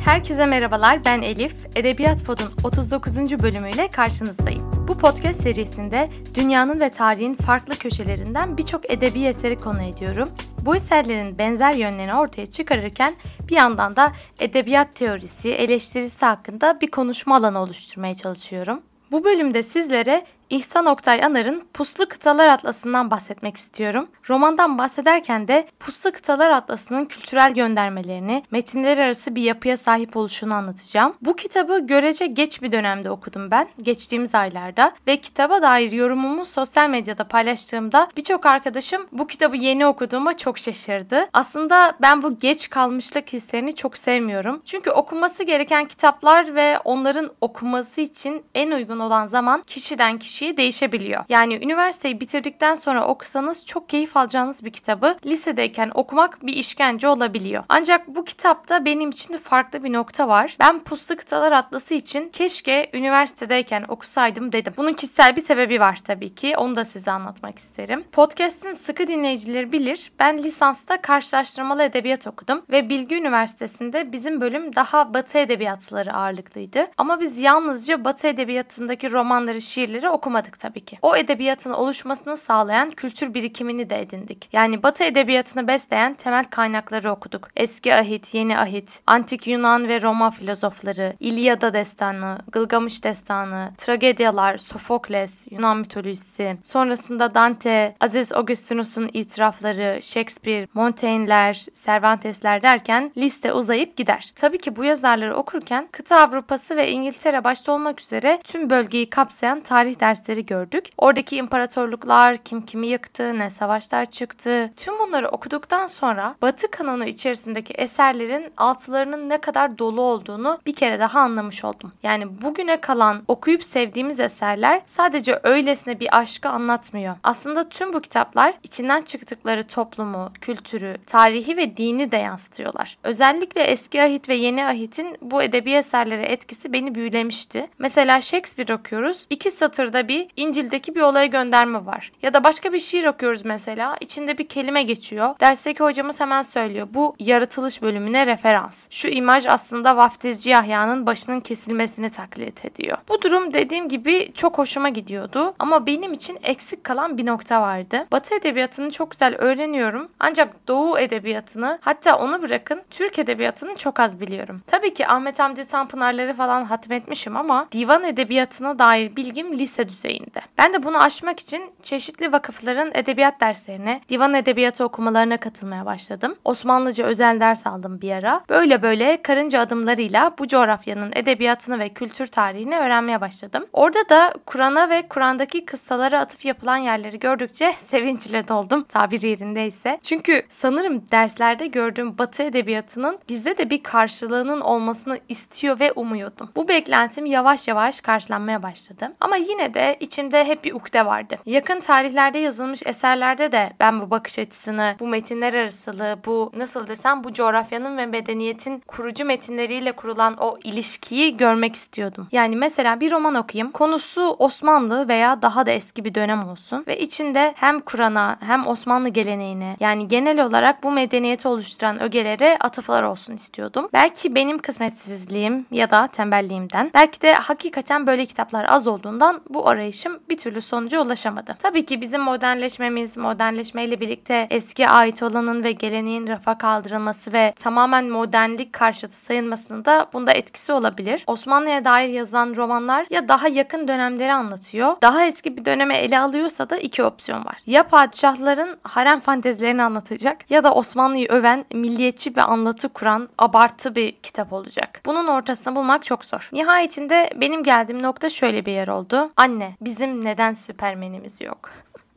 Herkese merhabalar, ben Elif. Edebiyat Pod'un 39. bölümüyle karşınızdayım. Bu podcast serisinde dünyanın ve tarihin farklı köşelerinden birçok edebi eseri konu ediyorum. Bu eserlerin benzer yönlerini ortaya çıkarırken bir yandan da edebiyat teorisi, eleştirisi hakkında bir konuşma alanı oluşturmaya çalışıyorum. Bu bölümde sizlere İhsan Oktay Anar'ın Puslu Kıtalar Atlası'ndan bahsetmek istiyorum. Romandan bahsederken de Puslu Kıtalar Atlası'nın kültürel göndermelerini, metinler arası bir yapıya sahip oluşunu anlatacağım. Bu kitabı görece geç bir dönemde okudum ben, geçtiğimiz aylarda ve kitaba dair yorumumu sosyal medyada paylaştığımda birçok arkadaşım bu kitabı yeni okuduğuma çok şaşırdı. Aslında ben bu geç kalmışlık hislerini çok sevmiyorum. Çünkü okunması gereken kitaplar ve onların okunması için en uygun olan zaman kişiden kişiye değişebiliyor. Yani üniversiteyi bitirdikten sonra okusanız çok keyif alacağınız bir kitabı lisedeyken okumak bir işkence olabiliyor. Ancak bu kitapta benim için de farklı bir nokta var. Ben Puslu Kıtalar Atlası için keşke üniversitedeyken okusaydım dedim. Bunun kişisel bir sebebi var tabii ki. Onu da size anlatmak isterim. Podcast'in sıkı dinleyicileri bilir. Ben lisansta karşılaştırmalı edebiyat okudum ve Bilgi Üniversitesi'nde bizim bölüm daha Batı edebiyatları ağırlıklıydı. Ama biz yalnızca Batı edebiyatındaki romanları, şiirleri okumadık tabii ki. O edebiyatın oluşmasını sağlayan kültür birikimini de edindik. Yani Batı edebiyatını besleyen temel kaynakları okuduk. Eski Ahit, Yeni Ahit, Antik Yunan ve Roma filozofları, İlyada destanı, Gılgamış destanı, tragedyalar, Sofokles, Yunan mitolojisi, sonrasında Dante, Aziz Augustinus'un itirafları, Shakespeare, Montaigne'ler, Cervantes'ler derken liste uzayıp gider. Tabii ki bu yazarları okurken kıta Avrupası ve İngiltere başta olmak üzere tüm bölgeyi kapsayan tarih dersleri gördük. Oradaki imparatorluklar, kim kimi yıktı, ne savaşlar çıktı. Tüm bunları okuduktan sonra Batı kanonu içerisindeki eserlerin altılarının ne kadar dolu olduğunu bir kere daha anlamış oldum. Yani bugüne kalan okuyup sevdiğimiz eserler sadece öylesine bir aşkı anlatmıyor. Aslında tüm bu kitaplar içinden çıktıkları toplumu, kültürü, tarihi ve dini de yansıtıyorlar. Özellikle Eski Ahit ve Yeni Ahit'in bu edebi eserlere etkisi beni büyülemişti. Mesela Shakespeare okuyoruz. 2 satırda bir İncil'deki bir olaya gönderme var. Ya da başka bir şiir okuyoruz mesela. İçinde bir kelime geçiyor. Dersteki hocamız hemen söylüyor. Bu yaratılış bölümüne referans. Şu imaj aslında vaftizci Yahya'nın başının kesilmesini taklit ediyor. Bu durum dediğim gibi çok hoşuma gidiyordu. Ama benim için eksik kalan bir nokta vardı. Batı edebiyatını çok güzel öğreniyorum. Ancak Doğu edebiyatını, hatta onu bırakın Türk edebiyatını çok az biliyorum. Tabii ki Ahmet Hamdi Tanpınarları falan hatmetmişim ama divan edebiyatına dair bilgim lise düzeyinde. Ben de bunu aşmak için çeşitli vakıfların edebiyat derslerine, divan edebiyatı okumalarına katılmaya başladım. Osmanlıca özel ders aldım bir ara. Böyle karınca adımlarıyla bu coğrafyanın edebiyatını ve kültür tarihini öğrenmeye başladım. Orada da Kur'an'a ve Kur'an'daki kıssalara atıf yapılan yerleri gördükçe sevinçle doldum, tabiri yerindeyse. Çünkü sanırım derslerde gördüğüm Batı edebiyatının bizde de bir karşılığının olmasını istiyor ve umuyordum. Bu beklentim yavaş yavaş karşılanmaya başladı. Ama yine de içimde hep bir ukde vardı. Yakın tarihlerde yazılmış eserlerde de ben bu bakış açısını, bu metinler arasılığı, bu nasıl desem bu coğrafyanın ve medeniyetin kurucu metinleriyle kurulan o ilişkiyi görmek istiyordum. Yani mesela bir roman okuyayım, konusu Osmanlı veya daha da eski bir dönem olsun ve içinde hem Kur'an'a hem Osmanlı geleneğine, yani genel olarak bu medeniyeti oluşturan ögelere atıflar olsun istiyordum. Belki benim kısmetsizliğim ya da tembelliğimden, belki de hakikaten böyle kitaplar az olduğundan bu arayışım bir türlü sonuca ulaşamadı. Tabii ki bizim modernleşmeyle birlikte eskiye ait olanın ve geleneğin rafa kaldırılması ve tamamen modernlik karşıtı sayılmasında bunda etkisi olabilir. Osmanlı'ya dair yazılan romanlar ya daha yakın dönemleri anlatıyor, daha eski bir döneme ele alıyorsa da 2 opsiyon var. Ya padişahların harem fantezilerini anlatacak ya da Osmanlı'yı öven, milliyetçi bir anlatı kuran abartı bir kitap olacak. Bunun ortasını bulmak çok zor. Nihayetinde benim geldiğim nokta şöyle bir yer oldu. Anne, bizim neden Süpermen'imiz yok?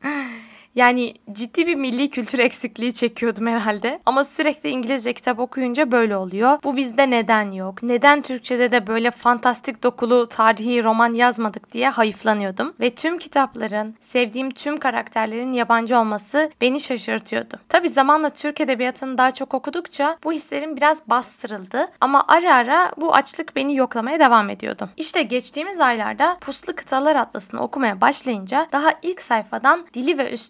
Yani ciddi bir milli kültür eksikliği çekiyordum herhalde. Ama sürekli İngilizce kitap okuyunca böyle oluyor. Bu bizde neden yok? Neden Türkçe'de de böyle fantastik dokulu tarihi roman yazmadık diye hayıflanıyordum. Ve tüm kitapların, sevdiğim tüm karakterlerin yabancı olması beni şaşırtıyordu. Tabii zamanla Türk edebiyatını daha çok okudukça bu hislerim biraz bastırıldı. Ama ara ara bu açlık beni yoklamaya devam ediyordu. İşte geçtiğimiz aylarda Puslu Kıtalar Atlası'nı okumaya başlayınca daha ilk sayfadan dili ve üslubu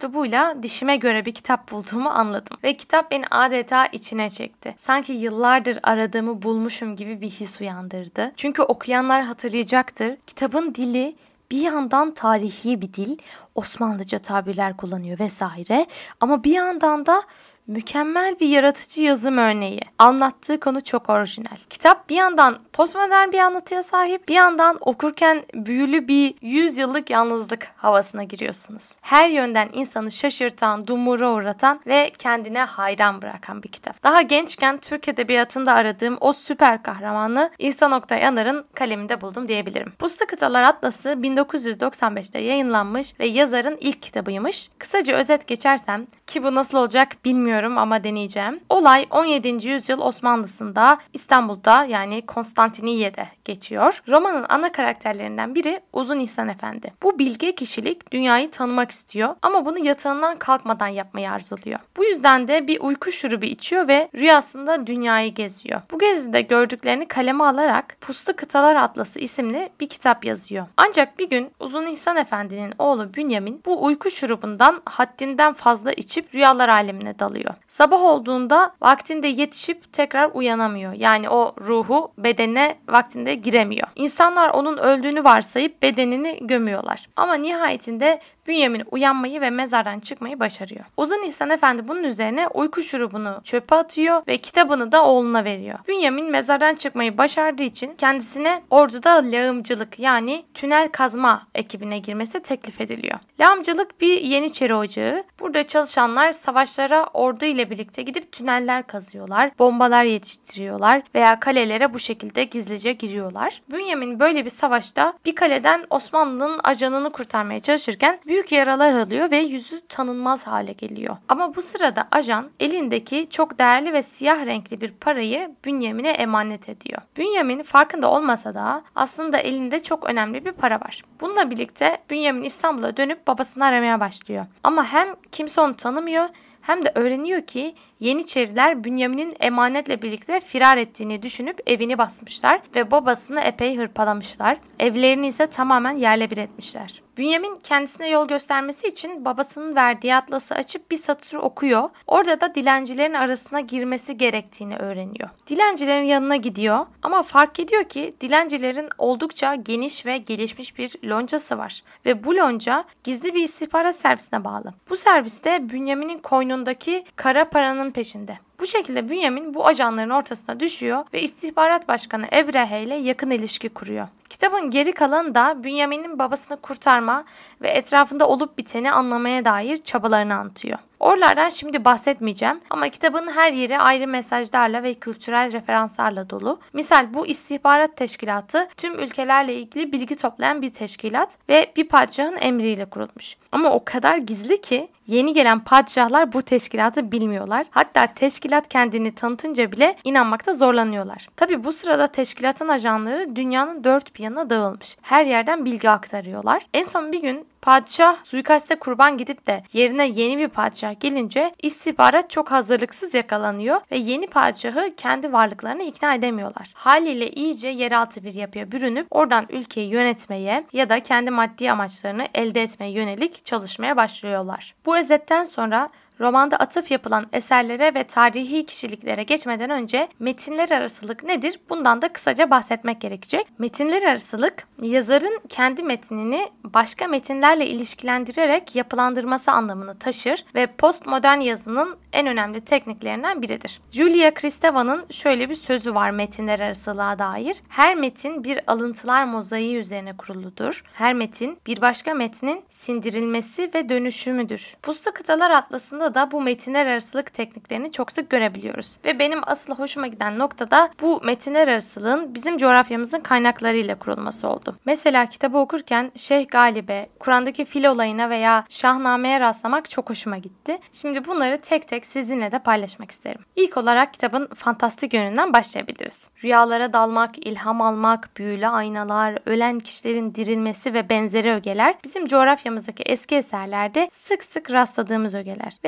mektubuyla dişime göre bir kitap bulduğumu anladım. Ve kitap beni adeta içine çekti. Sanki yıllardır aradığımı bulmuşum gibi bir his uyandırdı. Çünkü okuyanlar hatırlayacaktır. Kitabın dili bir yandan tarihi bir dil, Osmanlıca tabirler kullanıyor vesaire. Ama bir yandan da mükemmel bir yaratıcı yazım örneği. Anlattığı konu çok orijinal. Kitap bir yandan postmodern bir anlatıya sahip, bir yandan okurken büyülü bir 100 yıllık yalnızlık havasına giriyorsunuz. Her yönden insanı şaşırtan, dumura uğratan ve kendine hayran bırakan bir kitap. Daha gençken Türk Edebiyatı'nda aradığım o süper kahramanı İhsan Oktay Anar'ın kaleminde buldum diyebilirim. Puslu Kıtalar Atlası 1995'te yayınlanmış ve yazarın ilk kitabıymış. Kısaca özet geçersem, ki bu nasıl olacak bilmiyorum ama deneyeceğim. Olay 17. yüzyıl Osmanlısında İstanbul'da yani Konstantiniyye'de geçiyor. Romanın ana karakterlerinden biri Uzun İhsan Efendi. Bu bilge kişilik dünyayı tanımak istiyor ama bunu yatağından kalkmadan yapmayı arzuluyor. Bu yüzden de bir uyku şurubu içiyor ve rüyasında dünyayı geziyor. Bu gezide gördüklerini kaleme alarak Puslu Kıtalar Atlası isimli bir kitap yazıyor. Ancak bir gün Uzun İhsan Efendi'nin oğlu Bünyamin bu uyku şurubundan haddinden fazla içip rüyalar alemine dalıyor. Sabah olduğunda vaktinde yetişip tekrar uyanamıyor. Yani o ruhu bedenine vaktinde giremiyor. İnsanlar onun öldüğünü varsayıp bedenini gömüyorlar. Ama nihayetinde Bünyamin uyanmayı ve mezardan çıkmayı başarıyor. Uzun İhsan Efendi bunun üzerine uyku şurubunu çöpe atıyor ve kitabını da oğluna veriyor. Bünyamin mezardan çıkmayı başardığı için kendisine orduda lağımcılık yani tünel kazma ekibine girmesi teklif ediliyor. Lağımcılık bir Yeniçeri ocağı. Burada çalışanlar savaşlara ordu ile birlikte gidip tüneller kazıyorlar, bombalar yetiştiriyorlar veya kalelere bu şekilde gizlice giriyorlar. Bünyamin böyle bir savaşta bir kaleden Osmanlı'nın ajanını kurtarmaya çalışırken büyük yaralar alıyor ve yüzü tanınmaz hale geliyor. Ama bu sırada ajan elindeki çok değerli ve siyah renkli bir parayı Bünyamin'e emanet ediyor. Bünyamin farkında olmasa da aslında elinde çok önemli bir para var. Bununla birlikte Bünyamin İstanbul'a dönüp babasını aramaya başlıyor. Ama hem kimse onu tanımıyor hem de öğreniyor ki Yeniçeriler Bünyamin'in emanetle birlikte firar ettiğini düşünüp evini basmışlar ve babasını epey hırpalamışlar. Evlerini ise tamamen yerle bir etmişler. Bünyamin kendisine yol göstermesi için babasının verdiği atlası açıp bir satır okuyor. Orada da dilencilerin arasına girmesi gerektiğini öğreniyor. Dilencilerin yanına gidiyor ama fark ediyor ki dilencilerin oldukça geniş ve gelişmiş bir loncası var. Ve bu lonca gizli bir istihbarat servisine bağlı. Bu serviste Bünyamin'in koynundaki kara paranın peşinde. Bu şekilde Bünyamin bu ajanların ortasına düşüyor ve istihbarat başkanı Ebrehe ile yakın ilişki kuruyor. Kitabın geri kalanı da Bünyamin'in babasını kurtarma ve etrafında olup biteni anlamaya dair çabalarını anlatıyor. Oralardan şimdi bahsetmeyeceğim ama kitabın her yeri ayrı mesajlarla ve kültürel referanslarla dolu. Misal bu istihbarat teşkilatı tüm ülkelerle ilgili bilgi toplayan bir teşkilat ve bir padişahın emriyle kurulmuş. Ama o kadar gizli ki yeni gelen padişahlar bu teşkilatı bilmiyorlar. Hatta teşkilat kendini tanıtınca bile inanmakta zorlanıyorlar. Tabi bu sırada teşkilatın ajanları dünyanın dört bir yanına dağılmış. Her yerden bilgi aktarıyorlar. En son bir gün padişah suikaste kurban gidip de yerine yeni bir padişah gelince istihbarat çok hazırlıksız yakalanıyor ve yeni padişahı kendi varlıklarını ikna edemiyorlar. Haliyle iyice yeraltı bir yapıya bürünüp oradan ülkeyi yönetmeye ya da kendi maddi amaçlarını elde etmeye yönelik çalışmaya başlıyorlar. Bu özetten sonra romanda atıf yapılan eserlere ve tarihi kişiliklere geçmeden önce metinler arasılık nedir? Bundan da kısaca bahsetmek gerekecek. Metinler arasılık, yazarın kendi metnini başka metinlerle ilişkilendirerek yapılandırması anlamını taşır ve postmodern yazının en önemli tekniklerinden biridir. Julia Kristeva'nın şöyle bir sözü var metinler arasılığa dair. Her metin bir alıntılar mozaiği üzerine kuruludur. Her metin bir başka metnin sindirilmesi ve dönüşümüdür. Puslu Kıtalar Atlası'nda da bu metinler arasılık tekniklerini çok sık görebiliyoruz. Ve benim asıl hoşuma giden nokta da bu metinler arasılığın bizim coğrafyamızın kaynaklarıyla kurulması oldu. Mesela kitabı okurken Şeyh Galip'e, Kur'an'daki fil olayına veya Şahname'ye rastlamak çok hoşuma gitti. Şimdi bunları tek tek sizinle de paylaşmak isterim. İlk olarak kitabın fantastik yönünden başlayabiliriz. Rüyalara dalmak, ilham almak, büyülü aynalar, ölen kişilerin dirilmesi ve benzeri ögeler bizim coğrafyamızdaki eski eserlerde sık sık rastladığımız ögeler. Veya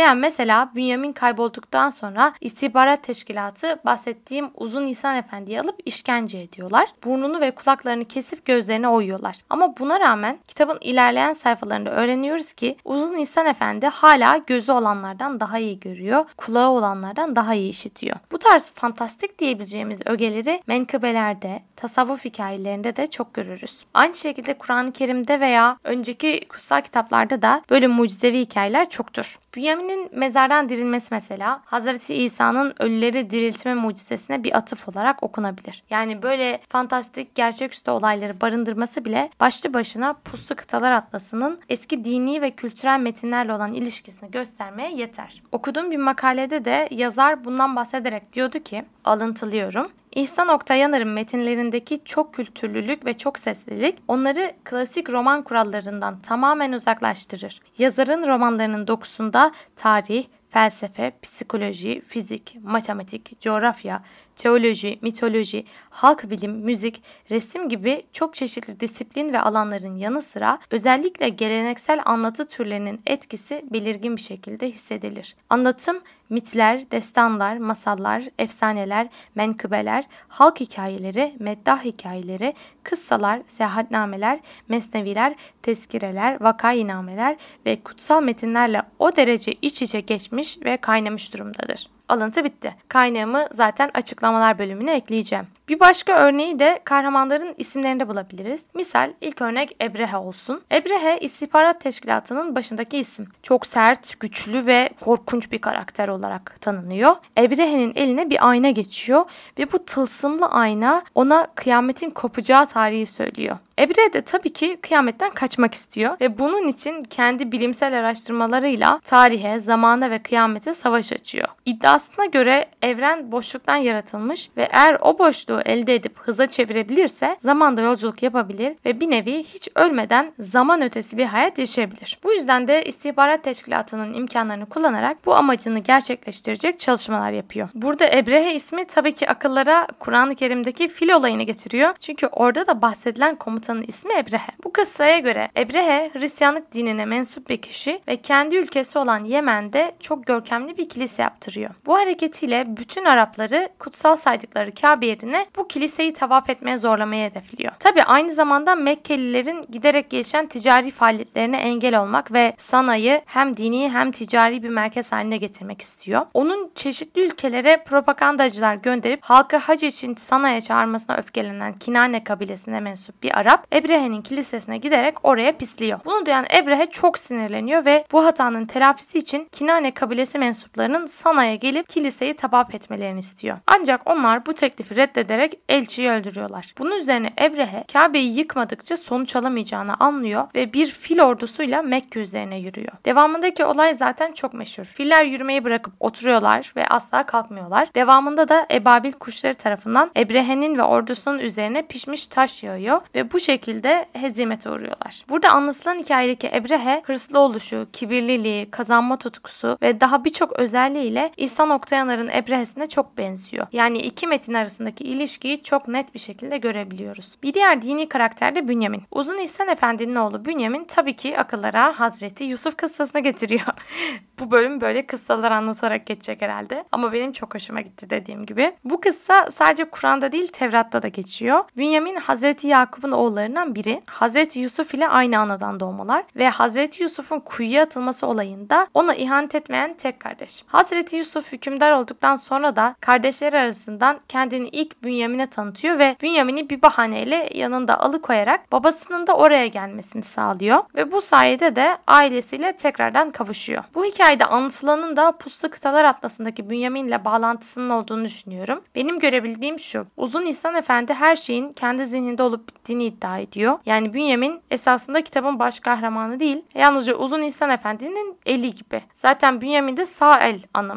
Aynen, mesela Bünyamin kaybolduktan sonra istihbarat teşkilatı bahsettiğim Uzun İhsan Efendi'yi alıp işkence ediyorlar. Burnunu ve kulaklarını kesip gözlerine oyuyorlar. Ama buna rağmen kitabın ilerleyen sayfalarında öğreniyoruz ki Uzun İhsan Efendi hala gözü olanlardan daha iyi görüyor, kulağı olanlardan daha iyi işitiyor. Bu tarz fantastik diyebileceğimiz ögeleri menkıbelerde, tasavvuf hikayelerinde de çok görürüz. Aynı şekilde Kur'an-ı Kerim'de veya önceki kutsal kitaplarda da böyle mucizevi hikayeler çoktur. Bünyamin'in mezardan dirilmesi mesela Hazreti İsa'nın ölüleri diriltme mucizesine bir atıf olarak okunabilir. Yani böyle fantastik, gerçeküstü olayları barındırması bile başlı başına Puslu Kıtalar Atlası'nın eski dini ve kültürel metinlerle olan ilişkisini göstermeye yeter. Okuduğum bir makalede de yazar bundan bahsederek diyordu ki, alıntılıyorum: İhsan Oktayanar'ın metinlerindeki çok kültürlülük ve çok seslilik onları klasik roman kurallarından tamamen uzaklaştırır. Yazarın romanlarının dokusunda tarih, felsefe, psikoloji, fizik, matematik, coğrafya, teoloji, mitoloji, halk bilim, müzik, resim gibi çok çeşitli disiplin ve alanların yanı sıra özellikle geleneksel anlatı türlerinin etkisi belirgin bir şekilde hissedilir. Anlatım, mitler, destanlar, masallar, efsaneler, menkıbeler, halk hikayeleri, meddah hikayeleri, kıssalar, seyahatnameler, mesneviler, tezkireler, vakainameler ve kutsal metinlerle o derece iç içe geçmiş ve kaynamış durumdadır. Alıntı bitti. Kaynağımı zaten açıklamalar bölümüne ekleyeceğim. Bir başka örneği de kahramanların isimlerinde bulabiliriz. Misal ilk örnek Ebrehe olsun. Ebrehe istihbarat teşkilatının başındaki isim. Çok sert, güçlü ve korkunç bir karakter olarak tanınıyor. Ebrehe'nin eline bir ayna geçiyor ve bu tılsımlı ayna ona kıyametin kopacağı tarihi söylüyor. Ebrehe de tabii ki kıyametten kaçmak istiyor ve bunun için kendi bilimsel araştırmalarıyla tarihe, zamana ve kıyamete savaş açıyor. İddiasına göre evren boşluktan yaratılmış ve eğer o boşluğu elde edip hıza çevirebilirse zamanda yolculuk yapabilir ve bir nevi hiç ölmeden zaman ötesi bir hayat yaşayabilir. Bu yüzden de istihbarat teşkilatının imkanlarını kullanarak bu amacını gerçekleştirecek çalışmalar yapıyor. Burada Ebrehe ismi tabii ki akıllara Kur'an-ı Kerim'deki fil olayını getiriyor. Çünkü orada da bahsedilen komutanın ismi Ebrehe. Bu kıssaya göre Ebrehe Hristiyanlık dinine mensup bir kişi ve kendi ülkesi olan Yemen'de çok görkemli bir kilise yaptırıyor. Bu hareketiyle bütün Arapları kutsal saydıkları Kabe yerine bu kiliseyi tavaf etmeye zorlamayı hedefliyor. Tabii aynı zamanda Mekkelilerin giderek gelişen ticari faaliyetlerine engel olmak ve Sana'yı hem dini hem ticari bir merkez haline getirmek istiyor. Onun çeşitli ülkelere propagandacılar gönderip halkı hac için Sana'ya çağırmasına öfkelenen Kinane kabilesine mensup bir Arap Ebrehe'nin kilisesine giderek oraya pisliyor. Bunu duyan Ebrehe çok sinirleniyor ve bu hatanın telafisi için Kinane kabilesi mensuplarının Sana'ya gelip kiliseyi tavaf etmelerini istiyor. Ancak onlar bu teklifi reddederek elçiyi öldürüyorlar. Bunun üzerine Ebrehe Kabe'yi yıkmadıkça sonuç alamayacağını anlıyor ve bir fil ordusuyla Mekke üzerine yürüyor. Devamındaki olay zaten çok meşhur. Filler yürümeyi bırakıp oturuyorlar ve asla kalkmıyorlar. Devamında da ebabil kuşları tarafından Ebrehe'nin ve ordusunun üzerine pişmiş taş yağıyor ve bu şekilde hezimete uğruyorlar. Burada anlatılan hikayedeki Ebrehe hırslı oluşu, kibirliliği, kazanma tutkusu ve daha birçok özelliğiyle İhsan Oktayanar'ın Ebrehe'sine çok benziyor. Yani iki metin arasındaki ilişkiyi çok net bir şekilde görebiliyoruz. Bir diğer dini karakter de Bünyamin. Uzun İhsan Efendi'nin oğlu Bünyamin tabii ki akıllara Hazreti Yusuf kıssasını getiriyor. Bu bölüm böyle kıssalar anlatarak geçecek herhalde. Ama benim çok hoşuma gitti dediğim gibi. Bu kıssa sadece Kur'an'da değil Tevrat'ta da geçiyor. Bünyamin Hazreti Yakup'un oğullarından biri. Hazreti Yusuf ile aynı anadan doğmalar ve Hazreti Yusuf'un kuyuya atılması olayında ona ihanet etmeyen tek kardeş. Hazreti Yusuf hükümdar olduktan sonra da kardeşleri arasından kendini ilk Bünyamin'e tanıtıyor ve Bünyamin'i bir bahaneyle yanında alıkoyarak babasının da oraya gelmesini sağlıyor ve bu sayede de ailesiyle tekrardan kavuşuyor. Bu hikayede anlatılanın da Puslu Kıtalar Atlası'ndaki Bünyamin'le bağlantısının olduğunu düşünüyorum. Benim görebildiğim şu: Uzun İhsan Efendi her şeyin kendi zihninde olup bittiğini iddia ediyor. Yani Bünyamin esasında kitabın baş kahramanı değil, yalnızca Uzun İhsan Efendi'nin eli gibi. Zaten Bünyamin de sağ el anlamına geliyor.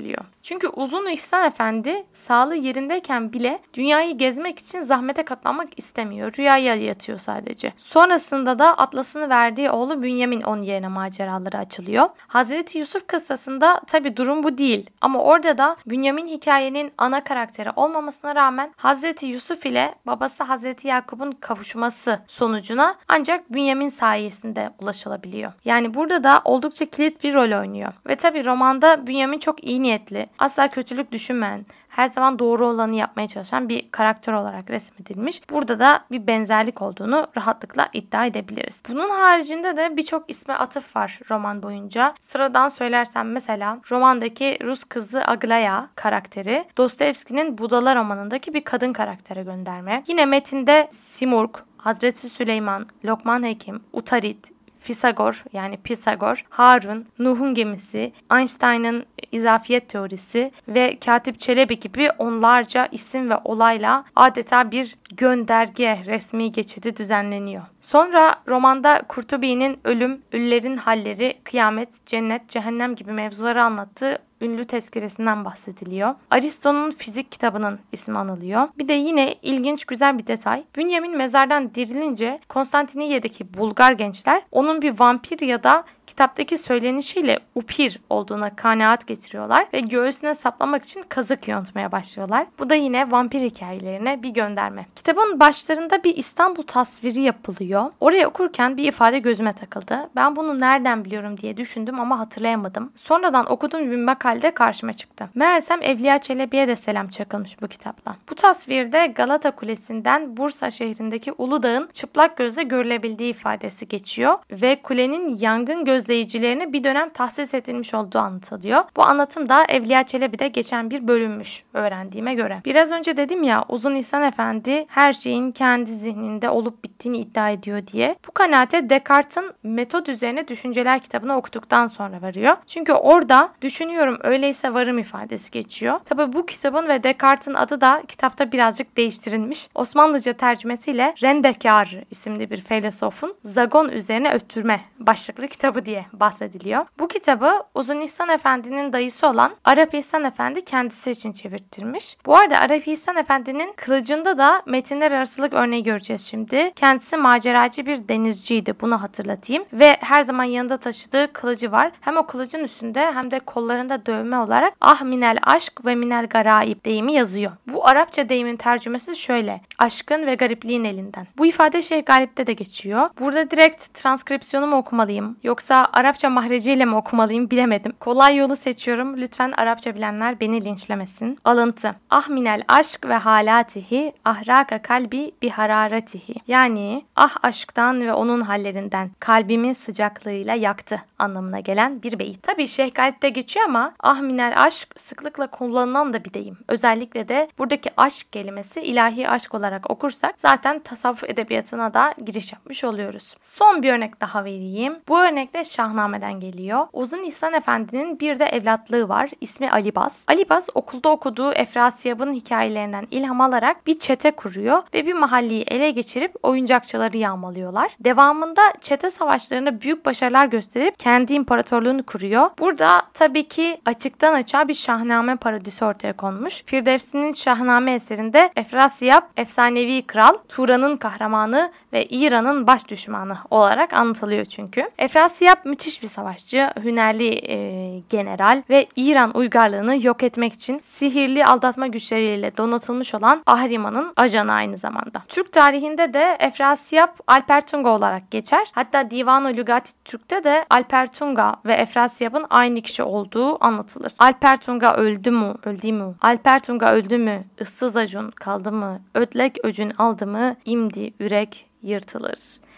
geliyor. Çünkü Uzun İhsan Efendi sağlığı yerindeyken bile dünyayı gezmek için zahmete katlanmak istemiyor. Rüyaya yatıyor sadece. Sonrasında da Atlas'ını verdiği oğlu Bünyamin onun yerine maceraları açılıyor. Hazreti Yusuf kıssasında tabi durum bu değil. Ama orada da Bünyamin hikayenin ana karakteri olmamasına rağmen Hazreti Yusuf ile babası Hazreti Yakup'un kavuşması sonucuna ancak Bünyamin sayesinde ulaşılabiliyor. Yani burada da oldukça kilit bir rol oynuyor. Ve tabi romanda Bünyamin çok iyi niyetli, asla kötülük düşünmeyen, her zaman doğru olanı yapmaya çalışan bir karakter olarak resmedilmiş. Burada da bir benzerlik olduğunu rahatlıkla iddia edebiliriz. Bunun haricinde de birçok isme atıf var roman boyunca. Sıradan söylersem mesela romandaki Rus kızı Aglaya karakteri Dostoyevski'nin Budalar romanındaki bir kadın karaktere gönderme. Yine metinde Simurg, Hazreti Süleyman, Lokman Hekim, Utarit, Fisagor yani Pisagor, Harun, Nuh'un gemisi, Einstein'ın izafiyet teorisi ve Katip Çelebi gibi onlarca isim ve olayla adeta bir gönderge resmi geçidi düzenleniyor. Sonra romanda Kurtubi'nin ölüm, ölülerin halleri, kıyamet, cennet, cehennem gibi mevzuları anlattığı ünlü tezkiresinden bahsediliyor. Aristo'nun fizik kitabının ismi anılıyor. Bir de yine ilginç güzel bir detay. Bünyamin mezardan dirilince Konstantiniyye'deki Bulgar gençler onun bir vampir ya da kitaptaki söylenişiyle upir olduğuna kanaat getiriyorlar ve göğsüne saplamak için kazık yontmaya başlıyorlar. Bu da yine vampir hikayelerine bir gönderme. Kitabın başlarında bir İstanbul tasviri yapılıyor. Orayı okurken bir ifade gözüme takıldı. Ben bunu nereden biliyorum diye düşündüm ama hatırlayamadım. Sonradan okuduğum bir makalede karşıma çıktı. Meğersem Evliya Çelebi'ye de selam çakılmış bu kitapla. Bu tasvirde Galata Kulesi'nden Bursa şehrindeki Uludağ'ın çıplak gözle görülebildiği ifadesi geçiyor ve kulenin yangın gözleyicilerine bir dönem tahsis edilmiş olduğu anlatılıyor. Bu anlatım da Evliya Çelebi'de geçen bir bölümmüş öğrendiğime göre. Biraz önce dedim ya Uzun İhsan Efendi her şeyin kendi zihninde olup bittiğini iddia ediyor diye. Bu kanaate Descartes'in Metod Üzerine Düşünceler kitabını okuduktan sonra varıyor. Çünkü orada düşünüyorum öyleyse varım ifadesi geçiyor. Tabi bu kitabın ve Descartes'in adı da kitapta birazcık değiştirilmiş. Osmanlıca tercümesiyle Rendekar isimli bir filozofun Zagon üzerine öttürme başlıklı kitabı diye bahsediliyor. Bu kitabı Uzun İhsan Efendi'nin dayısı olan Arap İhsan Efendi kendisi için çevirttirmiş. Bu arada Arap İhsan Efendi'nin kılıcında da metinler arasılık örneği göreceğiz şimdi. Kendisi maceracı bir denizciydi. Bunu hatırlatayım. Ve her zaman yanında taşıdığı kılıcı var. Hem o kılıcın üstünde hem de kollarında dövme olarak ah minel aşk ve minel garaib deyimi yazıyor. Bu Arapça deyimin tercümesi şöyle. Aşkın ve garipliğin elinden. Bu ifade Şeyh Galip'te de geçiyor. Burada direkt transkripsiyonu mu okumalıyım? Yoksa Arapça mahreciyle mi okumalıyım bilemedim. Kolay yolu seçiyorum. Lütfen Arapça bilenler beni linçlemesin. Alıntı. Ah minel aşk ve halatihi ahraka kalbi bi hararatihi. Yani ah aşktan ve onun hallerinden kalbimi sıcaklığıyla yaktı anlamına gelen bir beyit. Tabii Şeyh Galip'te geçiyor ama ah minel aşk sıklıkla kullanılan da bir deyim. Özellikle de buradaki aşk kelimesi ilahi aşk olarak okursak zaten tasavvuf edebiyatına da giriş yapmış oluyoruz. Son bir örnek daha vereyim. Bu örnek de Şahname'den geliyor. Uzun İhsan Efendi'nin bir de evlatlığı var. İsmi Alibas. Alibas okulda okuduğu Efrasiyab'ın hikayelerinden ilham alarak bir çete kuruyor ve bir mahalleyi ele geçirip oyuncakçıları yağmalıyorlar. Devamında çete savaşlarında büyük başarılar gösterip kendi imparatorluğunu kuruyor. Burada tabii ki açıktan açığa bir Şahname parodisi ortaya konmuş. Firdevsi'nin Şahname eserinde Efrasiyab efsanevi kral, Turan'ın kahramanı ve İran'ın baş düşmanı olarak anlatılıyor çünkü. Efrasiyab müthiş bir savaşçı, hünerli general ve İran uygarlığını yok etmek için sihirli aldatma güçleriyle donatılmış olan Ahriman'ın ajanı aynı zamanda. Türk tarihinde de Efrasiyab Alpertunga olarak geçer. Hatta Divan-ı Lügati Türk'te de Alpertunga ve Efrasiyab'ın aynı kişi olduğu anlatılır. Alpertunga öldü mü? Öldü mü? Alpertunga öldü mü? Issız acun kaldı mı? Ödlek öcün aldı mı? İmdi ürek yırtılır.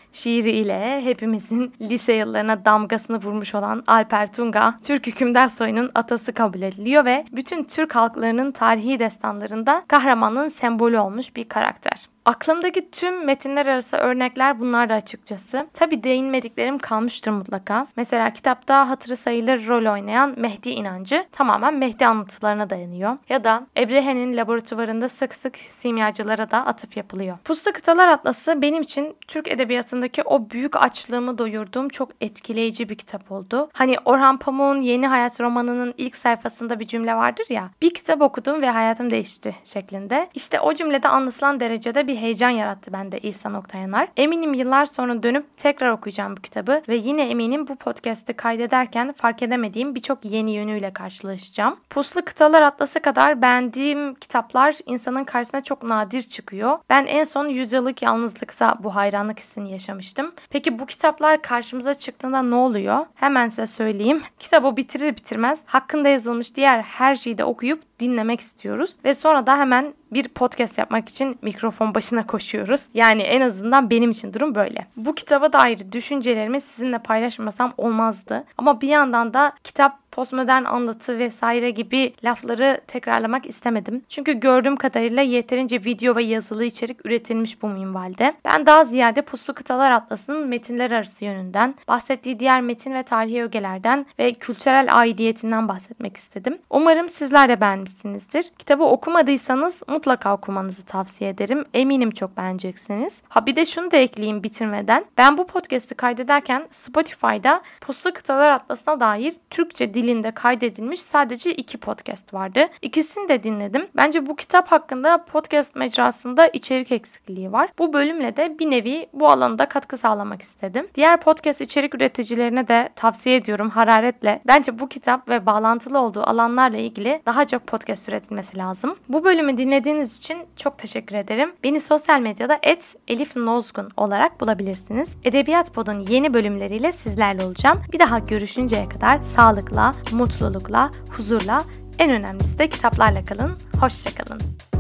Şiiriyle hepimizin lise yıllarına damgasını vurmuş olan Alper Tunga, Türk hükümdar soyunun atası kabul ediliyor ve bütün Türk halklarının tarihi destanlarında kahramanlığın sembolü olmuş bir karakter. Aklımdaki tüm metinler arası örnekler bunlar da açıkçası. Tabii değinmediklerim kalmıştır mutlaka. Mesela kitapta hatırı sayılır rol oynayan Mehdi inancı tamamen Mehdi anlatılarına dayanıyor. Ya da Ebrehe'nin laboratuvarında sık sık simyacılara da atıf yapılıyor. Puslu Kıtalar Atlası benim için Türk edebiyatındaki o büyük açlığımı doyurduğum çok etkileyici bir kitap oldu. Hani Orhan Pamuk'un Yeni Hayat romanının ilk sayfasında bir cümle vardır ya, bir kitap okudum ve hayatım değişti şeklinde. İşte o cümlede anlatılan derecede bir heyecan yarattı bende İhsan Oktayanar. Eminim yıllar sonra dönüp tekrar okuyacağım bu kitabı ve yine eminim bu podcast'i kaydederken fark edemediğim birçok yeni yönüyle karşılaşacağım. Puslu Kıtalar Atlası kadar beğendiğim kitaplar insanın karşısına çok nadir çıkıyor. Ben en son 100 Yıllık Yalnızlık'ta bu hayranlık hissini yaşamıştım. Peki bu kitaplar karşımıza çıktığında ne oluyor? Hemen size söyleyeyim. Kitabı bitirir bitirmez hakkında yazılmış diğer her şeyi de okuyup dinlemek istiyoruz. Ve sonra da hemen bir podcast yapmak için mikrofon başına koşuyoruz. Yani en azından benim için durum böyle. Bu kitaba dair düşüncelerimi sizinle paylaşmasam olmazdı. Ama bir yandan da kitap postmodern anlatı vesaire gibi lafları tekrarlamak istemedim. Çünkü gördüğüm kadarıyla yeterince video ve yazılı içerik üretilmiş bu minvalde. Ben daha ziyade Puslu Kıtalar Atlası'nın metinler arası yönünden, bahsettiği diğer metin ve tarihi ögelerden ve kültürel aidiyetinden bahsetmek istedim. Umarım sizler de beğenmişsinizdir. Kitabı okumadıysanız mutlaka okumanızı tavsiye ederim. Eminim çok beğeneceksiniz. Bir de şunu da ekleyeyim bitirmeden. Ben bu podcast'i kaydederken Spotify'da Puslu Kıtalar Atlası'na dair Türkçe dilinde kaydedilmiş sadece 2 podcast vardı. İkisini de dinledim. Bence bu kitap hakkında podcast mecrasında içerik eksikliği var. Bu bölümle de bir nevi bu alanda katkı sağlamak istedim. Diğer podcast içerik üreticilerine de tavsiye ediyorum hararetle. Bence bu kitap ve bağlantılı olduğu alanlarla ilgili daha çok podcast üretilmesi lazım. Bu bölümü dinlediğiniz için çok teşekkür ederim. Beni sosyal medyada @elifnozgun olarak bulabilirsiniz. Edebiyat Pod'un yeni bölümleriyle sizlerle olacağım. Bir daha görüşünceye kadar sağlıkla, mutlulukla, huzurla, en önemlisi de kitaplarla kalın. Hoşça kalın.